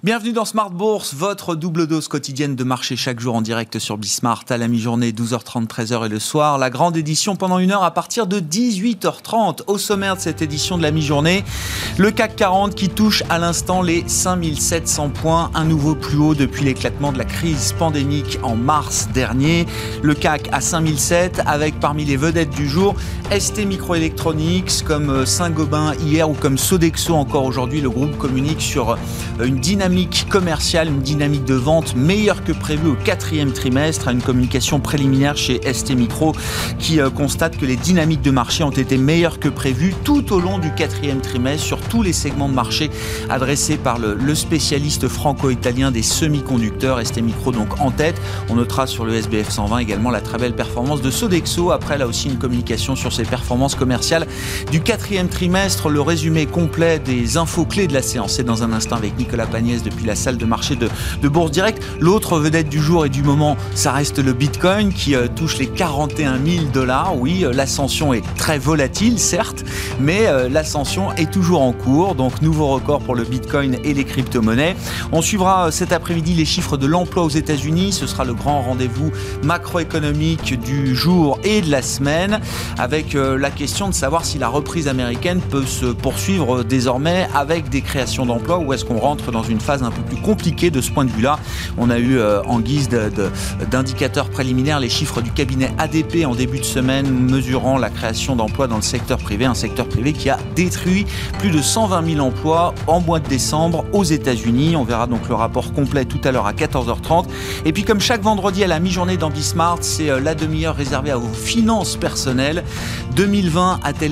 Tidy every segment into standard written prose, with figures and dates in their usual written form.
Bienvenue dans Smart Bourse, votre double dose quotidienne de marché chaque jour en direct sur Bismart à la mi-journée, 12h30, 13h et le soir. La grande édition pendant une heure à partir de 18h30. Au sommaire de cette édition de la mi-journée, le CAC 40 qui touche à l'instant les 5700 points, un nouveau plus haut depuis l'éclatement de la crise pandémique en mars dernier. Le CAC à 5007 avec parmi les vedettes du jour ST Microelectronics comme Saint-Gobain hier ou comme Sodexo encore aujourd'hui. Le groupe communique sur une dynamique commerciale, une dynamique de vente meilleure que prévu au quatrième trimestre, à une communication préliminaire chez ST Micro qui constate que les dynamiques de marché ont été meilleures que prévu tout au long du quatrième trimestre sur tous les segments de marché adressés par le spécialiste franco-italien des semi-conducteurs, ST Micro donc en tête. On notera sur le SBF 120 également la très belle performance de Sodexo, après là aussi une communication sur ses performances commerciales du quatrième trimestre. Le résumé complet des infos clés de la séance, c'est dans un instant avec Nicolas Pagnès depuis la salle de marché de Bourse Direct. L'autre vedette du jour et du moment, ça reste le Bitcoin qui touche les 41 000 $. Oui, l'ascension est très volatile, certes, mais l'ascension est toujours en cours. Donc, nouveau record pour le Bitcoin et les crypto-monnaies. On suivra cet après-midi les chiffres de l'emploi aux États-Unis. Ce sera le grand rendez-vous macroéconomique du jour et de la semaine, avec la question de savoir si la reprise américaine peut se poursuivre désormais avec des créations d'emplois ou est-ce qu'on rentre dans une phase un peu plus compliquée de ce point de vue-là. On a eu en guise d'indicateurs préliminaires les chiffres du cabinet ADP en début de semaine mesurant la création d'emplois dans le secteur privé, un secteur privé qui a détruit plus de 120 000 emplois en mois de décembre aux États-Unis. On verra donc le rapport complet tout à l'heure à 14h30. Et puis comme chaque vendredi à la mi-journée dans Bismart, c'est la demi-heure réservée à vos finances personnelles. 2020 a-t-elle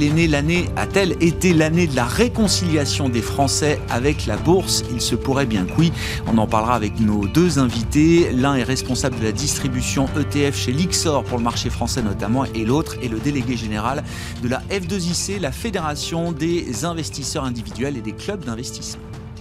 été l'année de la réconciliation des Français avec la bourse? Il se pourrait bien que oui. On en parlera avec nos deux invités. L'un est responsable de la distribution ETF chez Lyxor pour le marché français notamment, et l'autre est le délégué général de la F2IC, la Fédération des investisseurs individuels et des clubs d'investissement.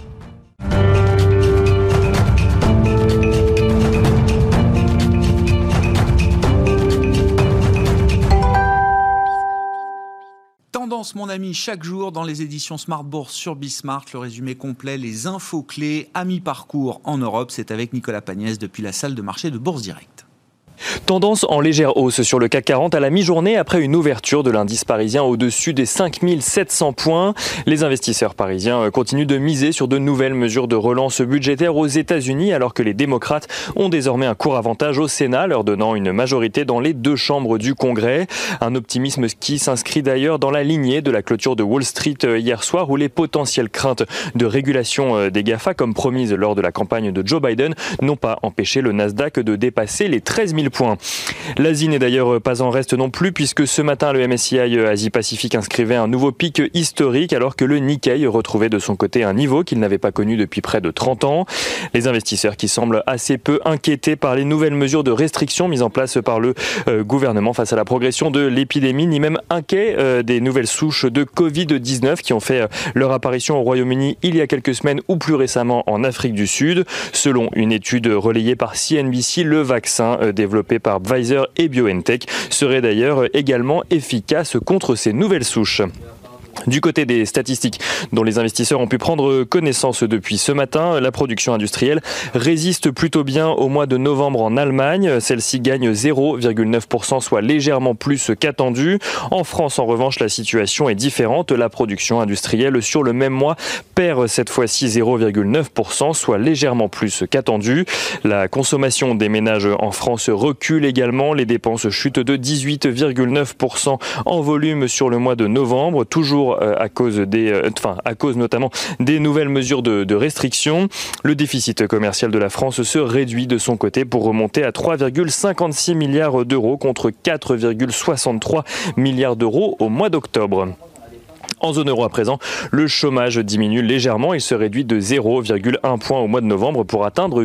Tendance, mon ami, chaque jour dans les éditions Smart Bourse sur Bismart. Le résumé complet, les infos clés à mi-parcours en Europe. C'est avec Nicolas Pagnès depuis la salle de marché de Bourse Direct. Tendance en légère hausse sur le CAC 40 à la mi-journée après une ouverture de l'indice parisien au-dessus des 5700 points. Les investisseurs parisiens continuent de miser sur de nouvelles mesures de relance budgétaire aux États-Unis alors que les démocrates ont désormais un court avantage au Sénat, leur donnant une majorité dans les deux chambres du Congrès. Un optimisme qui s'inscrit d'ailleurs dans la lignée de la clôture de Wall Street hier soir où les potentielles craintes de régulation des GAFA comme promises lors de la campagne de Joe Biden n'ont pas empêché le Nasdaq de dépasser les 13 000 points. L'Asie n'est d'ailleurs pas en reste non plus puisque ce matin le MSCI Asie-Pacifique inscrivait un nouveau pic historique alors que le Nikkei retrouvait de son côté un niveau qu'il n'avait pas connu depuis près de 30 ans. Les investisseurs qui semblent assez peu inquiétés par les nouvelles mesures de restriction mises en place par le gouvernement face à la progression de l'épidémie, ni même inquiets des nouvelles souches de Covid-19 qui ont fait leur apparition au Royaume-Uni il y a quelques semaines ou plus récemment en Afrique du Sud. Selon une étude relayée par CNBC, le vaccin développé par Pfizer et BioNTech serait d'ailleurs également efficace contre ces nouvelles souches. Du côté des statistiques dont les investisseurs ont pu prendre connaissance depuis ce matin, la production industrielle résiste plutôt bien au mois de novembre en Allemagne. Celle-ci gagne 0,9%, soit légèrement plus qu'attendu. En France, en revanche, la situation est différente. La production industrielle sur le même mois perd cette fois-ci 0,9%, soit légèrement plus qu'attendu. La consommation des ménages en France recule également. Les dépenses chutent de 18,9% en volume sur le mois de novembre, toujours à cause notamment des nouvelles mesures de restriction. Le déficit commercial de la France se réduit de son côté pour remonter à 3,56 milliards d'euros contre 4,63 milliards d'euros au mois d'octobre. En zone euro à présent, le chômage diminue légèrement. Il se réduit de 0,1 point au mois de novembre pour atteindre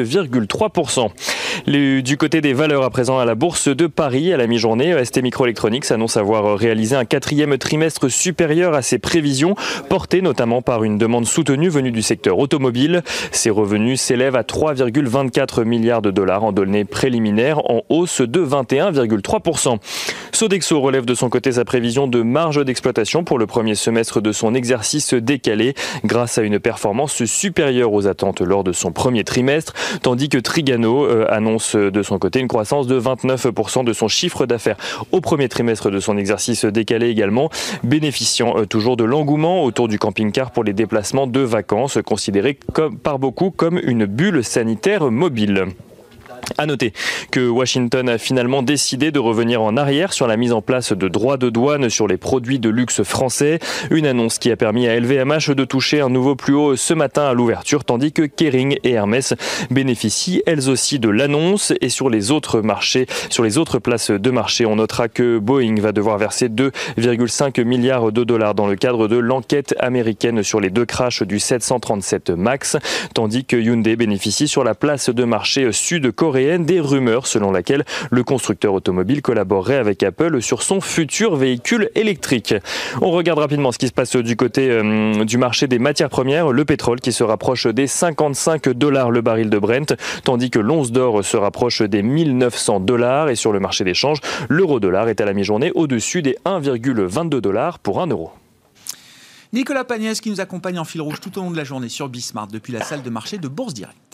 8,3%. Du côté des valeurs à présent à la bourse de Paris, à la mi-journée, ST Microelectronics annonce avoir réalisé un quatrième trimestre supérieur à ses prévisions, porté notamment par une demande soutenue venue du secteur automobile. Ses revenus s'élèvent à 3,24 milliards de dollars en données préliminaires, en hausse de 21,3%. Sodexo relève de son côté sa prévision de marge d'exploitation pour le premier premier semestre de son exercice décalé grâce à une performance supérieure aux attentes lors de son premier trimestre, tandis que Trigano annonce de son côté une croissance de 29% de son chiffre d'affaires au premier trimestre de son exercice décalé également, bénéficiant toujours de l'engouement autour du camping-car pour les déplacements de vacances, considéré par beaucoup comme une bulle sanitaire mobile. À noter que Washington a finalement décidé de revenir en arrière sur la mise en place de droits de douane sur les produits de luxe français. Une annonce qui a permis à LVMH de toucher un nouveau plus haut ce matin à l'ouverture, tandis que Kering et Hermès bénéficient elles aussi de l'annonce. Et sur les autres marchés, sur les autres places de marché, on notera que Boeing va devoir verser 2,5 milliards de dollars dans le cadre de l'enquête américaine sur les 2 crashs du 737 MAX, tandis que Hyundai bénéficie sur la place de marché sud-coréenne des rumeurs selon laquelle le constructeur automobile collaborerait avec Apple sur son futur véhicule électrique. On regarde rapidement ce qui se passe du côté du marché des matières premières. Le pétrole qui se rapproche des $55 le baril de Brent, tandis que l'once d'or se rapproche des $1 900. Et sur le marché des changes, l'euro-dollar est à la mi-journée au-dessus des $1,22 pour 1 euro. Nicolas Pagnès qui nous accompagne en fil rouge tout au long de la journée sur Bismart depuis la salle de marché de Bourse Direct.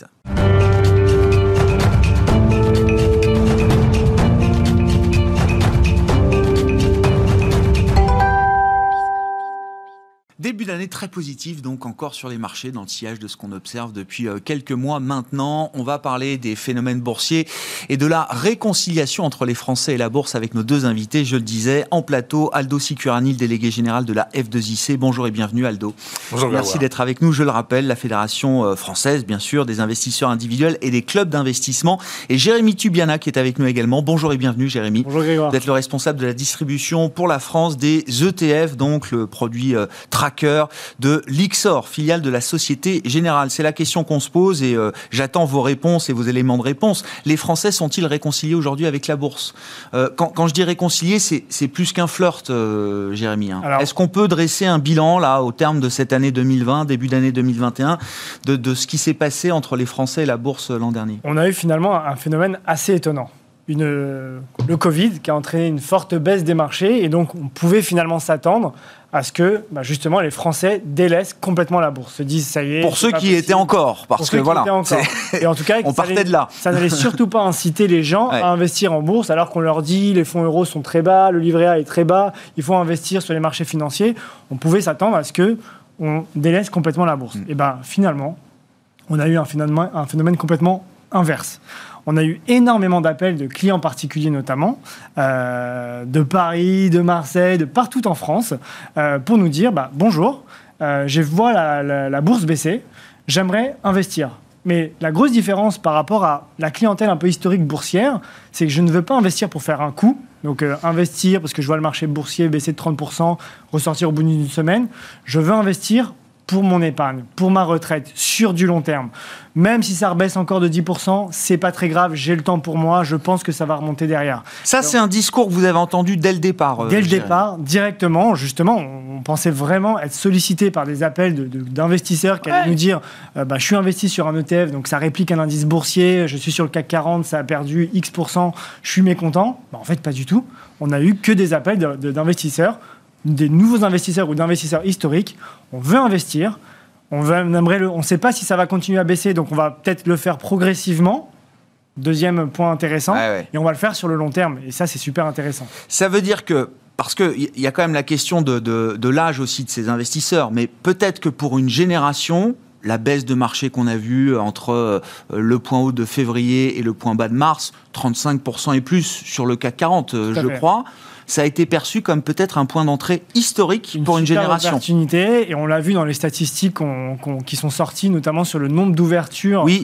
Début d'année très positif, donc encore sur les marchés, dans le sillage de ce qu'on observe depuis quelques mois maintenant. On va parler des phénomènes boursiers et de la réconciliation entre les Français et la bourse avec nos 2 invités, je le disais, en plateau. Aldo Sicurani, le délégué général de la F2IC. Bonjour et bienvenue Aldo. Bonjour. Merci d'être avec nous. Je le rappelle, la fédération française, bien sûr, des investisseurs individuels et des clubs d'investissement. Et Jérémy Tubiana qui est avec nous également. Bonjour et bienvenue Jérémy. Bonjour Grégoire. Vous êtes le responsable de la distribution pour la France des ETF, donc le produit tracker de Lyxor, filiale de la Société Générale. C'est la question qu'on se pose et j'attends vos réponses et vos éléments de réponse. Les Français sont-ils réconciliés aujourd'hui avec la bourse ? Quand je dis réconciliés, c'est plus qu'un flirt, Jérémy. Alors, est-ce qu'on peut dresser un bilan, là, au terme de cette année 2020, début d'année 2021, de ce qui s'est passé entre les Français et la bourse l'an dernier ? On a eu finalement un phénomène assez étonnant. Le Covid qui a entraîné une forte baisse des marchés et donc on pouvait finalement s'attendre à ce que justement les Français délaissent complètement la bourse, se disent ça y est. Pour ceux qui étaient encore, parce que voilà. Et en tout cas, on partait de là. Ça n'allait surtout pas inciter les gens à investir en bourse alors qu'on leur dit les fonds euros sont très bas, le livret A est très bas, il faut investir sur les marchés financiers. On pouvait s'attendre à ce qu'on délaisse complètement la bourse. Et finalement, on a eu un phénomène complètement inverse. On a eu énormément d'appels de clients particuliers notamment, de Paris, de Marseille, de partout en France, pour nous dire bonjour, je vois la bourse baisser, j'aimerais investir. Mais la grosse différence par rapport à la clientèle un peu historique boursière, c'est que je ne veux pas investir pour faire un coup, donc investir parce que je vois le marché boursier baisser de 30%, ressortir au bout d'une semaine. Je veux investir pour mon épargne, pour ma retraite, sur du long terme. Même si ça rebaisse encore de 10%, c'est pas très grave, j'ai le temps pour moi, je pense que ça va remonter derrière. Ça, c'est un discours que vous avez entendu dès le départ. Dès le départ, directement, justement, on pensait vraiment être sollicité par des appels d'investisseurs qui allaient nous dire je suis investi sur un ETF, donc ça réplique un indice boursier, je suis sur le CAC 40, ça a perdu X%, je suis mécontent. En fait, pas du tout. On a eu que des appels d'investisseurs, des nouveaux investisseurs ou d'investisseurs historiques. On veut investir, on ne sait pas si ça va continuer à baisser, donc on va peut-être le faire progressivement. Deuxième point intéressant, et on va le faire sur le long terme. Et ça, c'est super intéressant. Ça veut dire que, parce qu'il y a quand même la question de l'âge aussi de ces investisseurs, mais peut-être que pour une génération, la baisse de marché qu'on a vue entre le point haut de février et le point bas de mars, 35% et plus sur le CAC 40, je crois, ça a été perçu comme peut-être un point d'entrée historique pour une génération. Opportunité, et on l'a vu dans les statistiques qui sont sorties, notamment sur le nombre d'ouvertures. Oui.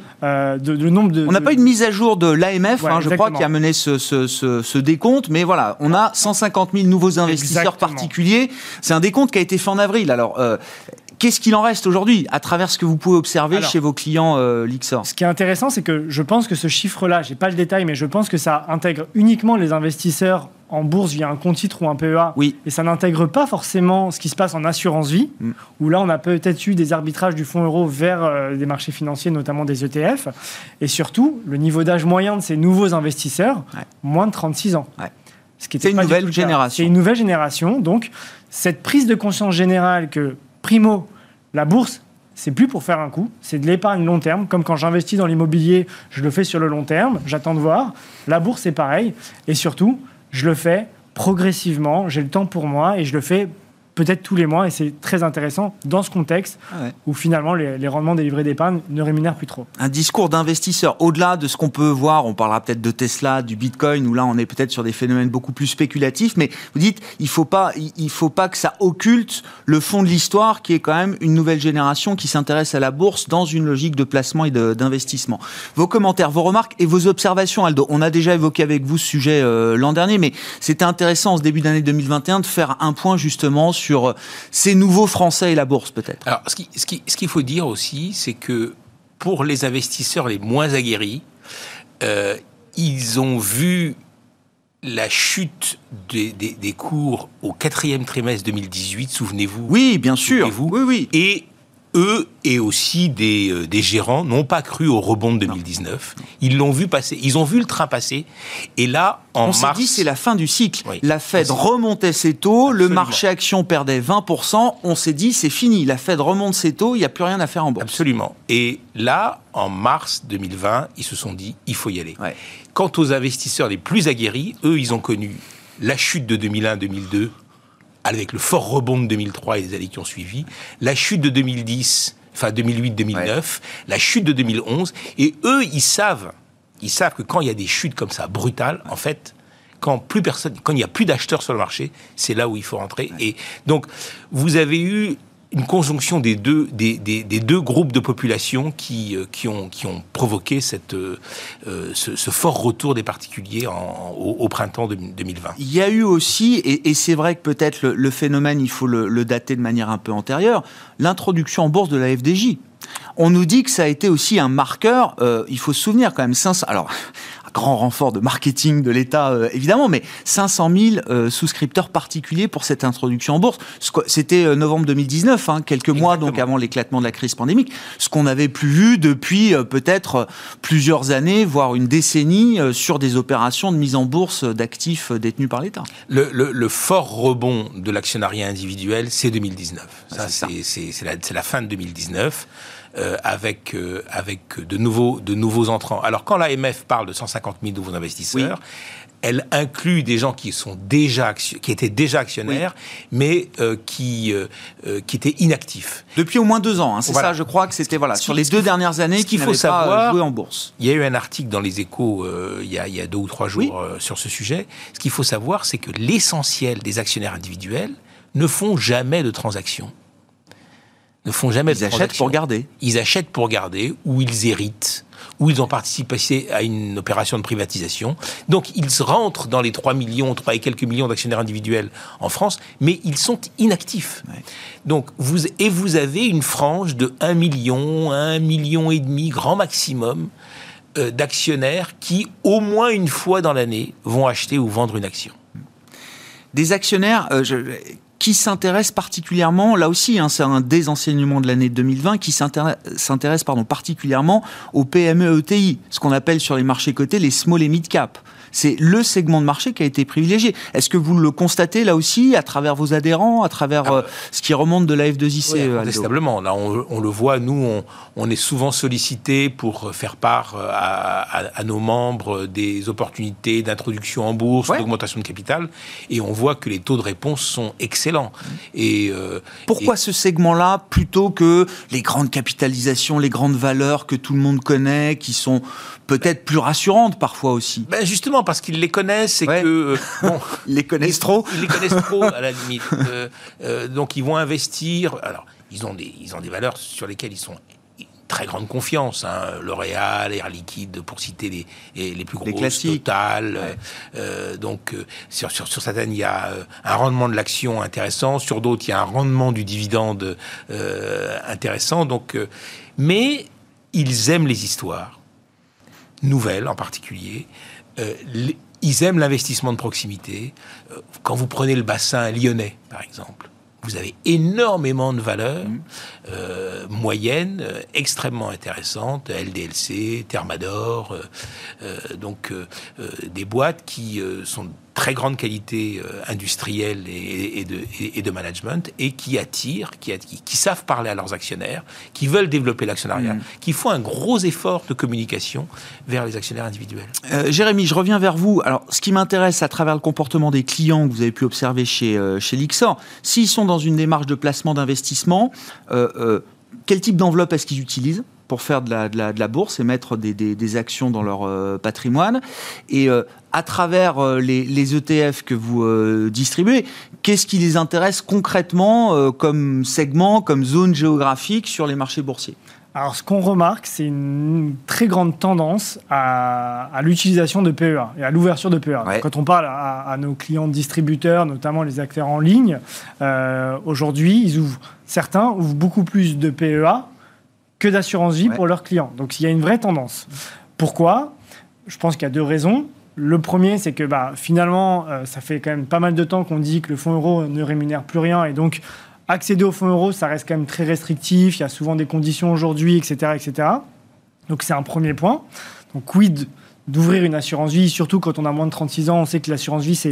On n'a pas eu de mise à jour de l'AMF, je crois, qui a mené ce décompte, mais voilà, on a 150 000 nouveaux investisseurs particuliers. C'est un décompte qui a été fait en avril. Alors, qu'est-ce qu'il en reste aujourd'hui à travers ce que vous pouvez observer chez vos clients Lyxor ? Ce qui est intéressant, c'est que je pense que ce chiffre-là, je n'ai pas le détail, mais je pense que ça intègre uniquement les investisseurs en bourse via un compte titre ou un PEA. Oui. Et ça n'intègre pas forcément ce qui se passe en assurance vie, où là, on a peut-être eu des arbitrages du fonds euro vers des marchés financiers, notamment des ETF. Et surtout, le niveau d'âge moyen de ces nouveaux investisseurs, moins de 36 ans. C'est une nouvelle génération. C'est une nouvelle génération. Donc, cette prise de conscience générale que, primo, la bourse, c'est plus pour faire un coup, c'est de l'épargne long terme. Comme quand j'investis dans l'immobilier, je le fais sur le long terme, j'attends de voir. La bourse, c'est pareil. Et surtout, je le fais progressivement, j'ai le temps pour moi et je le fais peut-être tous les mois, et c'est très intéressant dans ce contexte où finalement les rendements des livrets d'épargne ne rémunèrent plus trop. Un discours d'investisseur, au-delà de ce qu'on peut voir, on parlera peut-être de Tesla, du Bitcoin, où là on est peut-être sur des phénomènes beaucoup plus spéculatifs, mais vous dites il faut pas que ça occulte le fond de l'histoire, qui est quand même une nouvelle génération qui s'intéresse à la bourse dans une logique de placement et d'investissement. Vos commentaires, vos remarques et vos observations, Aldo. On a déjà évoqué avec vous ce sujet l'an dernier, mais c'était intéressant en ce début d'année 2021 de faire un point justement sur ces nouveaux Français et la bourse, peut-être. Alors, ce qu'il faut dire aussi, c'est que pour les investisseurs les moins aguerris, ils ont vu la chute des cours au 4e trimestre 2018, souvenez-vous. Oui, bien sûr. Oui. Et eux et aussi des gérants n'ont pas cru au rebond de 2019. Non. Ils l'ont vu passer, ils ont vu le train passer. Et là, en mars... On s'est dit c'est la fin du cycle. Oui, la Fed remontait ses taux, absolument. Le marché action perdait 20%. On s'est dit c'est fini, la Fed remonte ses taux, il n'y a plus rien à faire en bourse. Absolument. Et là, en mars 2020, ils se sont dit il faut y aller. Ouais. Quant aux investisseurs les plus aguerris, eux, ils ont connu la chute de 2001-2002, avec le fort rebond de 2003 et les années qui ont suivi, la chute de 2010, enfin 2008-2009, la chute de 2011, et eux, ils savent que quand il y a des chutes comme ça, brutales, en fait, quand il n'y a plus d'acheteurs sur le marché, c'est là où il faut rentrer. Ouais. Et donc, vous avez eu une conjonction des deux groupes de population qui ont provoqué ce fort retour des particuliers au printemps 2020. Il y a eu aussi, et c'est vrai que peut-être le phénomène, il faut le dater de manière un peu antérieure, l'introduction en bourse de la FDJ. On nous dit que ça a été aussi un marqueur, il faut se souvenir quand même, 500, alors, grand renfort de marketing de l'État, évidemment, mais 500 000 souscripteurs particuliers pour cette introduction en bourse. C'était novembre 2019, quelques Exactement. Mois donc avant l'éclatement de la crise pandémique, ce qu'on n'avait plus vu depuis peut-être plusieurs années, voire une décennie, sur des opérations de mise en bourse d'actifs détenus par l'État. Le fort rebond de l'actionnariat individuel, c'est 2019. C'est la fin de 2019. Avec de nouveaux entrants. Alors, quand l'AMF parle de 150 000 nouveaux investisseurs, elle inclut des gens qui étaient déjà actionnaires, mais qui étaient inactifs. Depuis au moins 2 ans, c'est ça, je crois que c'était sur les 2 dernières années qu'il n'avaient pas joué en bourse. Il y a eu un article dans Les Échos il y a 2 ou 3 jours sur ce sujet. Ce qu'il faut savoir, c'est que l'essentiel des actionnaires individuels ne font jamais de transactions. Ils achètent pour garder. Ils achètent pour garder, ou ils héritent, ou ils ont participé à une opération de privatisation. Donc, ils rentrent dans les 3 et quelques millions d'actionnaires individuels en France, mais ils sont inactifs. Ouais. Donc, vous avez une frange de 1 million, 1,5 million, grand maximum, d'actionnaires qui, au moins une fois dans l'année, vont acheter ou vendre une action. Des actionnaires... qui s'intéresse particulièrement, là aussi, c'est un des enseignements de l'année 2020, qui s'intéresse particulièrement aux PME ETI, ce qu'on appelle sur les marchés cotés les small et mid cap. C'est le segment de marché qui a été privilégié. Est-ce que vous le constatez là aussi, à travers vos adhérents, à travers ce qui remonte de la F2IC? Oui, incontestablement. Là, on le voit, nous, on est souvent sollicités pour faire part à nos membres des opportunités d'introduction en bourse, d'augmentation de capital, et on voit que les taux de réponse sont excellents. Pourquoi ce segment-là, plutôt que les grandes capitalisations, les grandes valeurs que tout le monde connaît, qui sont peut-être plus rassurantes parfois aussi? Justement, parce qu'ils les connaissent et que... ils les connaissent trop. Ils les connaissent trop, à la limite. Donc, ils vont investir... Alors, ils ont des valeurs sur lesquelles ils sont très grande confiance. L'Oréal, Air Liquide, pour citer les plus grosses, Total. Donc, sur certaines, il y a un rendement de l'action intéressant. Sur d'autres, il y a un rendement du dividende intéressant. Donc, mais ils aiment les histoires, nouvelles en particulier. Ils aiment l'investissement de proximité. Quand vous prenez le bassin lyonnais, par exemple, vous avez énormément de valeurs moyennes, extrêmement intéressantes, LDLC, Thermador, donc des boîtes qui sont très grande qualité industrielle et de management, et qui attirent, qui savent parler à leurs actionnaires, qui veulent développer l'actionnariat, qui font un gros effort de communication vers les actionnaires individuels. Jérémy, je reviens vers vous. Alors, ce qui m'intéresse à travers le comportement des clients que vous avez pu observer chez Lyxor, s'ils sont dans une démarche de placement d'investissement, quel type d'enveloppe est-ce qu'ils utilisent pour faire de la bourse et mettre des actions dans leur patrimoine? Et à travers les ETF que vous distribuez, qu'est-ce qui les intéresse concrètement comme segment, comme zone géographique sur les marchés boursiers? Alors, ce qu'on remarque, c'est une très grande tendance à l'utilisation de PEA et à l'ouverture de PEA. Ouais. Quand on parle à nos clients distributeurs, notamment les acteurs en ligne, aujourd'hui, certains ouvrent beaucoup plus de PEA que d'assurance vie pour leurs clients. Donc, il y a une vraie tendance. Pourquoi ? Je pense qu'il y a deux raisons. Le premier, c'est que finalement, ça fait quand même pas mal de temps qu'on dit que le fonds euro ne rémunère plus rien, et donc accéder au fonds euro, ça reste quand même très restrictif. Il y a souvent des conditions aujourd'hui, etc., etc. Donc, c'est un premier point. Donc, quid d'ouvrir une assurance vie, surtout quand on a moins de 36 ans. On sait que l'assurance vie,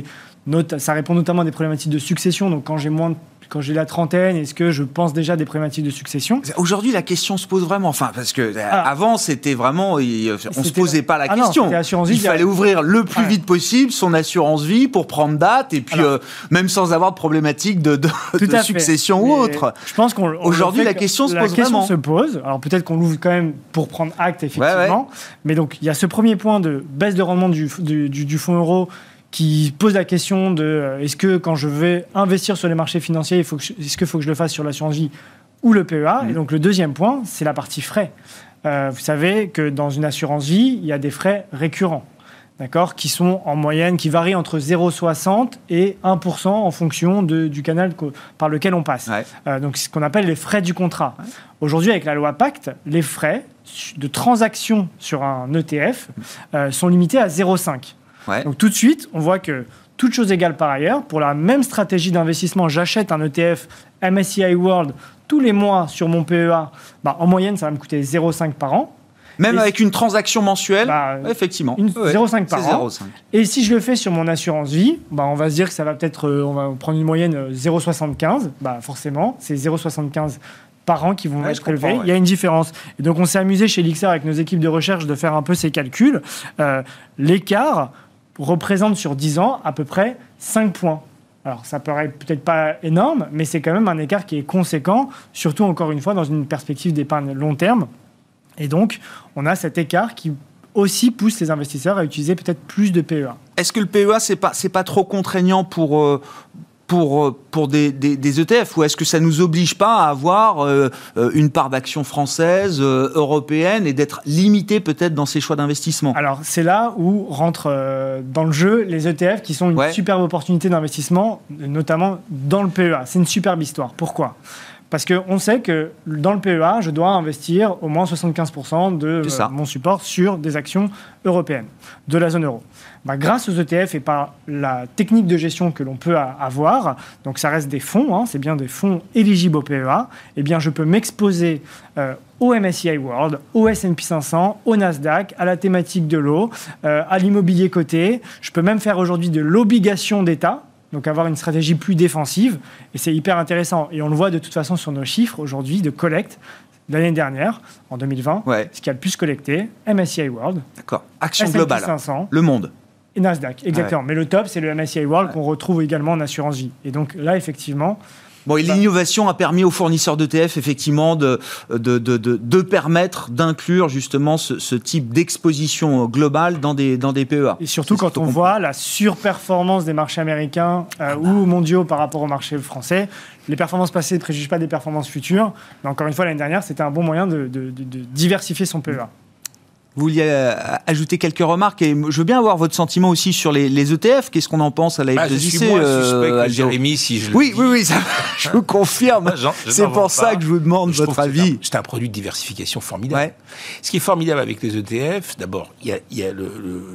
ça répond notamment à des problématiques de succession. Donc, quand j'ai la trentaine, est-ce que je pense déjà à des problématiques de succession ? Aujourd'hui, la question se pose vraiment. Parce que avant, c'était vraiment, on se posait pas la question. Il fallait ouvrir le plus vite possible son assurance vie pour prendre date, et puis même sans avoir de problématique de succession ou autre. Je pense qu'aujourd'hui, la question se pose vraiment. La question se pose. Alors peut-être qu'on l'ouvre quand même pour prendre acte, effectivement. Mais donc, il y a ce premier point de baisse de rendement du fonds euro, qui pose la question de est-ce que quand je vais investir sur les marchés financiers, est-ce qu'il faut que je le fasse sur l'assurance vie ou le PEA ? Et donc le deuxième point, c'est la partie frais. Vous savez que dans une assurance vie, il y a des frais récurrents, d'accord, qui sont en moyenne, qui varient entre 0,60 et 1% en fonction du canal par lequel on passe. Donc c'est ce qu'on appelle les frais du contrat. Aujourd'hui, avec la loi Pacte, les frais de transaction sur un ETF sont limités à 0,5. Donc tout de suite, on voit que, toute chose égale par ailleurs, pour la même stratégie d'investissement, j'achète un ETF MSCI World tous les mois sur mon PEA, en moyenne, ça va me coûter 0,5 par an. Même avec une transaction mensuelle, effectivement. 0,5 par an. 0,5. Et si je le fais sur mon assurance vie, on va se dire que ça va peut-être, on va prendre une moyenne 0,75. Forcément, c'est 0,75 par an qui vont être prélevés. Il y a une différence. Et donc, on s'est amusé chez Lyxor avec nos équipes de recherche de faire un peu ces calculs. L'écart représente sur 10 ans à peu près 5 points. Alors, ça paraît peut-être pas énorme, mais c'est quand même un écart qui est conséquent, surtout, encore une fois, dans une perspective d'épargne long terme. Et donc, on a cet écart qui aussi pousse les investisseurs à utiliser peut-être plus de PEA. Est-ce que le PEA, c'est pas trop contraignant pour des ETF, ou est-ce que ça ne nous oblige pas à avoir une part d'actions françaises, européennes, et d'être limité peut-être dans ces choix d'investissement ? Alors, c'est là où rentrent dans le jeu les ETF qui sont une superbe opportunité d'investissement, notamment dans le PEA. C'est une superbe histoire. Pourquoi ? Parce qu'on sait que dans le PEA, je dois investir au moins 75% de mon support sur des actions européennes, de la zone euro. Grâce aux ETF et par la technique de gestion que l'on peut avoir, donc ça reste des fonds, c'est bien des fonds éligibles au PEA, eh bien je peux m'exposer au MSCI World, au S&P 500, au Nasdaq, à la thématique de l'eau, à l'immobilier coté. Je peux même faire aujourd'hui de l'obligation d'État, donc avoir une stratégie plus défensive, et c'est hyper intéressant. Et on le voit de toute façon sur nos chiffres aujourd'hui de collecte. L'année dernière, en 2020, ce qui a le plus collecté, MSCI World. D'accord. Action globale. 500, le monde. Et Nasdaq, exactement. Mais le top, c'est le MSCI World qu'on retrouve également en assurance vie. Et donc là, effectivement... Et l'innovation a permis aux fournisseurs d'ETF, effectivement, de permettre d'inclure justement ce type d'exposition globale dans des PEA. Et surtout quand on voit la surperformance des marchés américains ou mondiaux par rapport au marché français. Les performances passées ne préjugent pas des performances futures. Mais encore une fois, l'année dernière, c'était un bon moyen de diversifier son PEA. Vous vouliez ajouter quelques remarques, et je veux bien avoir votre sentiment aussi sur les ETF. Qu'est-ce qu'on en pense à la F2JC ? Je suis moins suspect que Jérémy, si je le dis. Oui, ça, je vous confirme. C'est pour ça que je vous demande votre avis. C'est un produit de diversification formidable. Ce qui est formidable avec les ETF, d'abord, il y a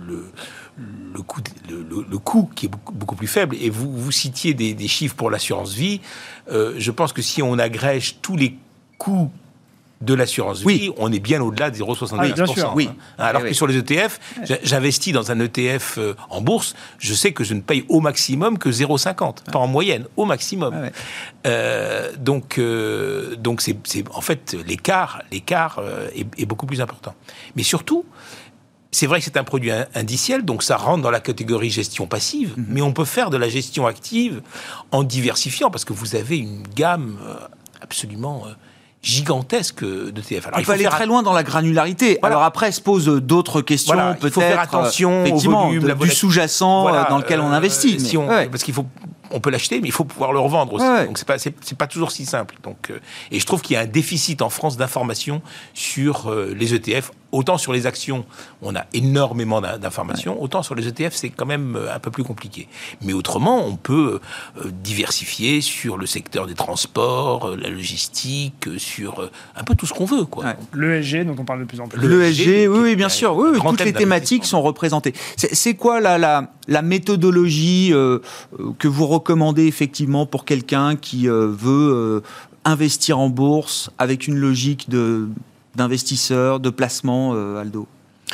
le coût qui est beaucoup plus faible. Et vous citiez des chiffres pour l'assurance vie. Je pense que si on agrège tous les coûts de l'assurance vie, on est bien au-delà de 0,75%. Oui, alors que sur les ETF, j'investis dans un ETF en bourse, je sais que je ne paye au maximum que 0,50, pas en moyenne, au maximum. Donc c'est en fait l'écart est beaucoup plus important. Mais surtout, c'est vrai que c'est un produit indiciel, donc ça rentre dans la catégorie gestion passive, mais on peut faire de la gestion active en diversifiant, parce que vous avez une gamme absolument gigantesque d'ETF. Alors, il faut aller très loin dans la granularité. Voilà. Alors après, se posent d'autres questions, peut-être. Il faut faire attention au volume, du sous-jacent dans lequel on investit. Parce qu'il faut... On peut l'acheter, mais il faut pouvoir le revendre aussi. Donc c'est pas toujours si simple. Donc et je trouve qu'il y a un déficit en France d'informations sur les ETF. Autant sur les actions, on a énormément d'informations. Autant sur les ETF, c'est quand même un peu plus compliqué. Mais autrement, on peut diversifier sur le secteur des transports, la logistique, sur un peu tout ce qu'on veut, quoi. L'ESG, dont on parle de plus en plus. L'ESG, oui, bien sûr. Oui, toutes les thématiques sont représentées. C'est quoi la méthodologie que vous recommandez effectivement pour quelqu'un qui veut investir en bourse avec une logique d'investisseur, de placement, Aldo?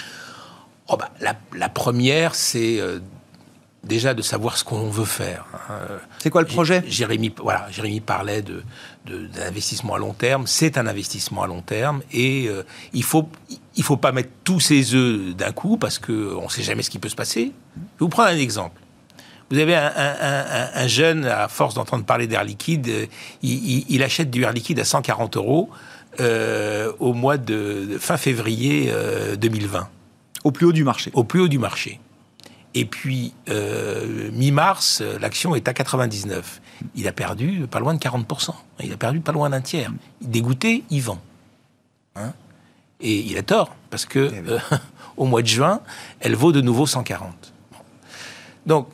La première, c'est déjà de savoir ce qu'on veut faire. C'est quoi le projet ? Jérémy parlait d'investissement à long terme. C'est un investissement à long terme et il faut pas mettre tous ses œufs d'un coup parce qu'on ne sait jamais ce qui peut se passer. Je vais vous prendre un exemple. Vous avez un jeune, à force d'entendre parler d'Air Liquide, il achète du Air Liquide à 140 € au mois de fin février 2020. Au plus haut du marché. Au plus haut du marché. Et puis, mi-mars, l'action est à 99. Il a perdu pas loin de 40%. Il a perdu pas loin d'un tiers. Dégoûté, il vend. Et il a tort, parce que au mois de juin, elle vaut de nouveau 140. Donc,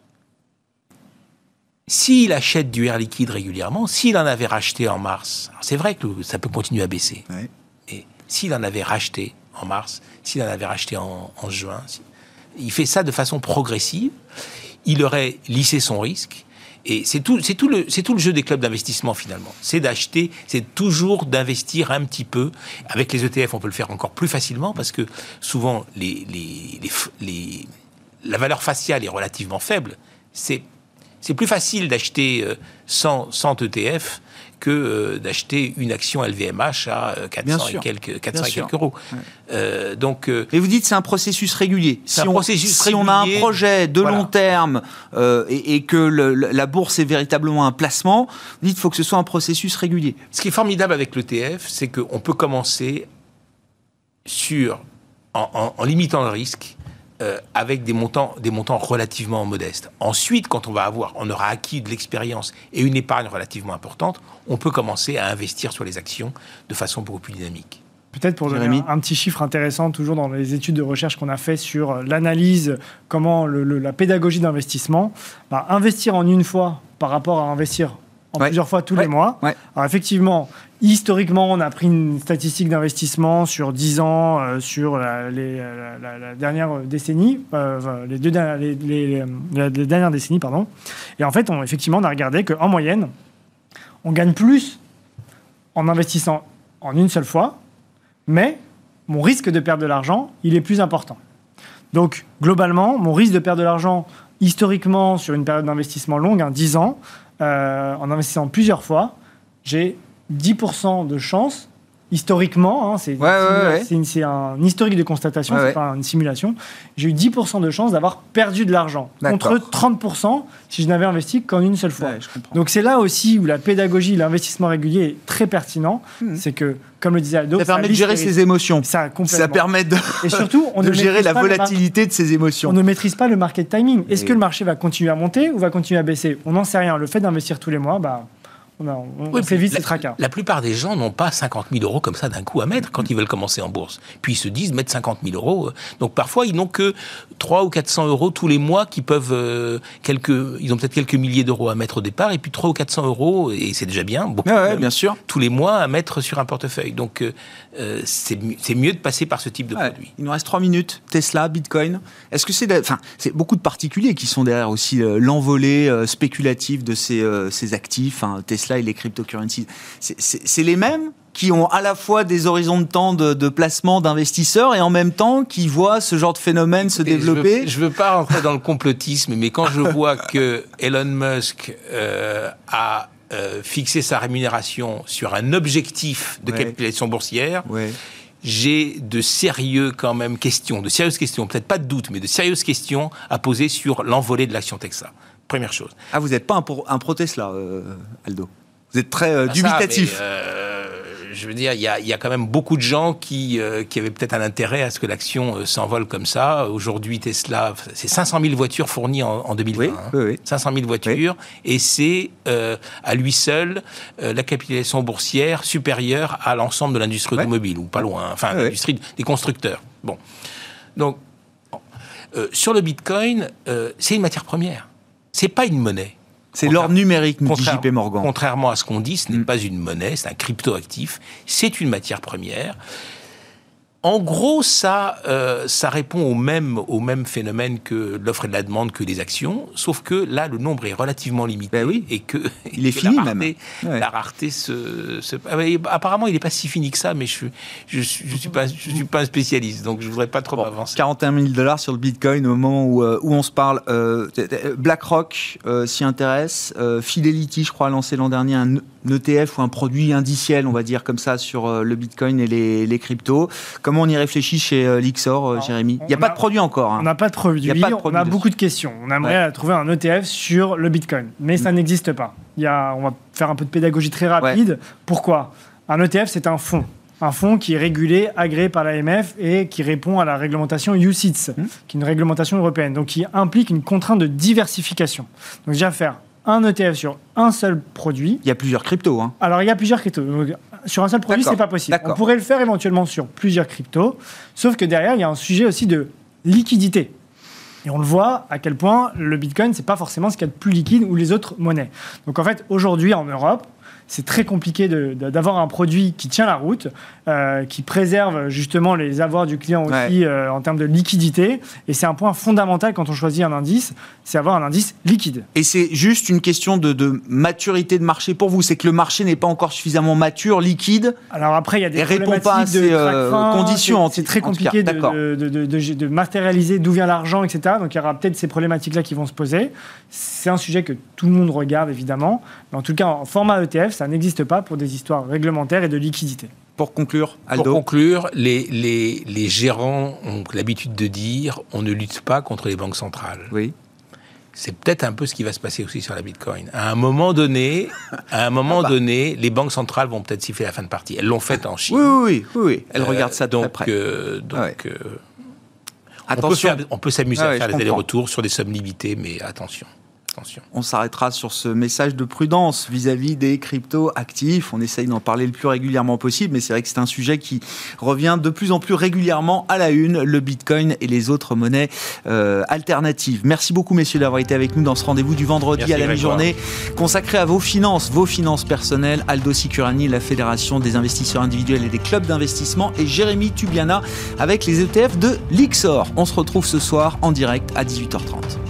s'il achète du Air Liquide régulièrement, s'il en avait racheté en mars, c'est vrai que ça peut continuer à baisser, mais s'il en avait racheté en mars, s'il en avait racheté en juin, il fait ça de façon progressive, il aurait lissé son risque, et c'est tout le jeu des clubs d'investissement finalement. C'est d'acheter, c'est toujours d'investir un petit peu. Avec les ETF, on peut le faire encore plus facilement, parce que souvent, la valeur faciale est relativement faible. C'est plus facile d'acheter 100 ETF que d'acheter une action LVMH à 400 et quelques euros. Et vous dites que c'est un processus régulier. Si on a un projet de long terme et que la bourse est véritablement un placement, vous dites qu'il faut que ce soit un processus régulier. Ce qui est formidable avec l'ETF, c'est qu'on peut commencer en limitant le risque, avec des montants relativement modestes. Ensuite, quand on aura acquis de l'expérience et une épargne relativement importante, on peut commencer à investir sur les actions de façon beaucoup plus dynamique. Peut-être pour donner un petit chiffre intéressant, toujours dans les études de recherche qu'on a fait sur l'analyse, la pédagogie d'investissement, investir en une fois par rapport à investir en plusieurs fois tous les mois. Alors effectivement, historiquement, on a pris une statistique d'investissement sur 10 ans, sur la dernière décennie, les dernières décennies, pardon. Et en fait, on a regardé qu'en moyenne, on gagne plus en investissant en une seule fois, mais mon risque de perdre de l'argent, il est plus important. Donc, globalement, mon risque de perdre de l'argent, historiquement, sur une période d'investissement longue, 10 ans, en investissant plusieurs fois, j'ai 10% de chance, historiquement, c'est un historique de constatation, c'est pas une simulation, j'ai eu 10% de chance d'avoir perdu de l'argent, contre 30% si je n'avais investi qu'en une seule fois. Donc c'est là aussi où la pédagogie, l'investissement régulier est très pertinent, c'est que, comme le disait Aldo, ça permet de gérer ses émotions, ça permet et surtout, de gérer la volatilité de ses émotions. On ne maîtrise pas le market timing. Est-ce que le marché va continuer à monter ou va continuer à baisser? On n'en sait rien. Le fait d'investir tous les mois, on s'évite ces tracas. La plupart des gens n'ont pas 50 000 € comme ça d'un coup à mettre quand ils veulent commencer en bourse. Puis ils se disent mettre 50 000 €. Donc parfois, ils n'ont que 300 ou 400 € tous les mois qui peuvent... ils ont peut-être quelques milliers d'euros à mettre au départ, et puis 300 ou 400 €, et c'est déjà bien, beaucoup bien sûr, tous les mois à mettre sur un portefeuille. Donc c'est mieux de passer par ce type de produit. Il nous reste 3 minutes. Tesla, Bitcoin. Est-ce que c'est beaucoup de particuliers qui sont derrière aussi l'envolée spéculative de ces actifs, Tesla et les cryptocurrencies. C'est les mêmes qui ont à la fois des horizons de temps de placement d'investisseurs et en même temps qui voient ce genre de phénomène se développer. Je veux pas rentrer dans le complotisme, mais quand je vois que Elon Musk a fixé sa rémunération sur un objectif de capitalisation boursière, j'ai de sérieuses questions, peut-être pas de doute, mais de sérieuses questions à poser sur l'envolée de l'action Tesla. Première chose. Ah, vous n'êtes pas un pro-Tesla, Aldo. Vous êtes très dubitatif. Je veux dire, il y a quand même beaucoup de gens qui avaient peut-être un intérêt à ce que l'action s'envole comme ça. Aujourd'hui, Tesla, c'est 500 000 voitures fournies en 2020. Oui. 500 000 voitures. Et c'est, à lui seul, la capitalisation boursière supérieure à l'ensemble de l'industrie automobile, ou pas loin. Enfin, l'industrie des constructeurs. Bon. Donc, sur le Bitcoin, c'est une matière première. C'est pas une monnaie. C'est l'or numérique, nous dit JP Morgan. Contrairement à ce qu'on dit, ce n'est pas une monnaie, c'est un cryptoactif, c'est une matière première. En gros, ça répond au même phénomène que l'offre et de la demande que les actions, sauf que là, le nombre est relativement limité. Et que il est fini même. La rareté apparemment, il n'est pas si fini que ça, mais je suis pas un spécialiste, donc je voudrais pas trop m'avancer. 41 000 $ sur le Bitcoin au moment où on se parle. BlackRock s'y intéresse. Fidelity, je crois, a lancé l'an dernier un ETF ou un produit indiciel, on va dire comme ça, sur le Bitcoin et les cryptos. Comment on y réfléchit chez Lyxor, Jérémy? Il n'y a pas de produit encore. On n'a pas de produit, on a beaucoup de questions. On aimerait trouver un ETF sur le Bitcoin, mais ça n'existe pas. On va faire un peu de pédagogie très rapide. Pourquoi? Un ETF, c'est un fonds. Un fonds qui est régulé, agréé par l'AMF et qui répond à la réglementation UCITS, qui est une réglementation européenne, donc qui implique une contrainte de diversification. Donc déjà faire un ETF sur un seul produit. Il y a plusieurs cryptos. Alors, il y a plusieurs cryptos. Donc, sur un seul produit, c'est pas possible. On pourrait le faire éventuellement sur plusieurs cryptos, sauf que derrière, il y a un sujet aussi de liquidité. Et on le voit à quel point le Bitcoin, c'est pas forcément ce qu'il y a de plus liquide ou les autres monnaies. Donc, en fait, aujourd'hui, en Europe, c'est très compliqué d'avoir un produit qui tient la route, qui préserve justement les avoirs du client aussi en termes de liquidité. Et c'est un point fondamental quand on choisit un indice, c'est avoir un indice liquide. Et c'est juste une question de maturité de marché pour vous. C'est que le marché n'est pas encore suffisamment mature, liquide. Alors après, il y a des répond pas à ces conditions. C'est très compliqué de matérialiser d'où vient l'argent, etc. Donc il y aura peut-être ces problématiques-là qui vont se poser. C'est un sujet que tout le monde regarde, évidemment. Mais en tout cas, en format ETF, ça n'existe pas pour des histoires réglementaires et de liquidité. Pour conclure, Aldo. Pour conclure, les gérants ont l'habitude de dire on ne lutte pas contre les banques centrales. Oui. C'est peut-être un peu ce qui va se passer aussi sur la Bitcoin. À un moment donné, les banques centrales vont peut-être siffler la fin de partie. Elles l'ont fait en Chine. Oui. Elles regardent ça de très près. Attention. On peut s'amuser à faire des allers-retours sur des sommes limitées, mais attention. On s'arrêtera sur ce message de prudence vis-à-vis des crypto-actifs. On essaye d'en parler le plus régulièrement possible, mais c'est vrai que c'est un sujet qui revient de plus en plus régulièrement à la une, le Bitcoin et les autres monnaies alternatives. Merci beaucoup, messieurs, d'avoir été avec nous dans ce rendez-vous du vendredi à la mi-journée, consacré à vos finances personnelles. Aldo Sicurani, la Fédération des investisseurs individuels et des clubs d'investissement, et Jérémy Tubiana avec les ETF de Lyxor. On se retrouve ce soir en direct à 18h30.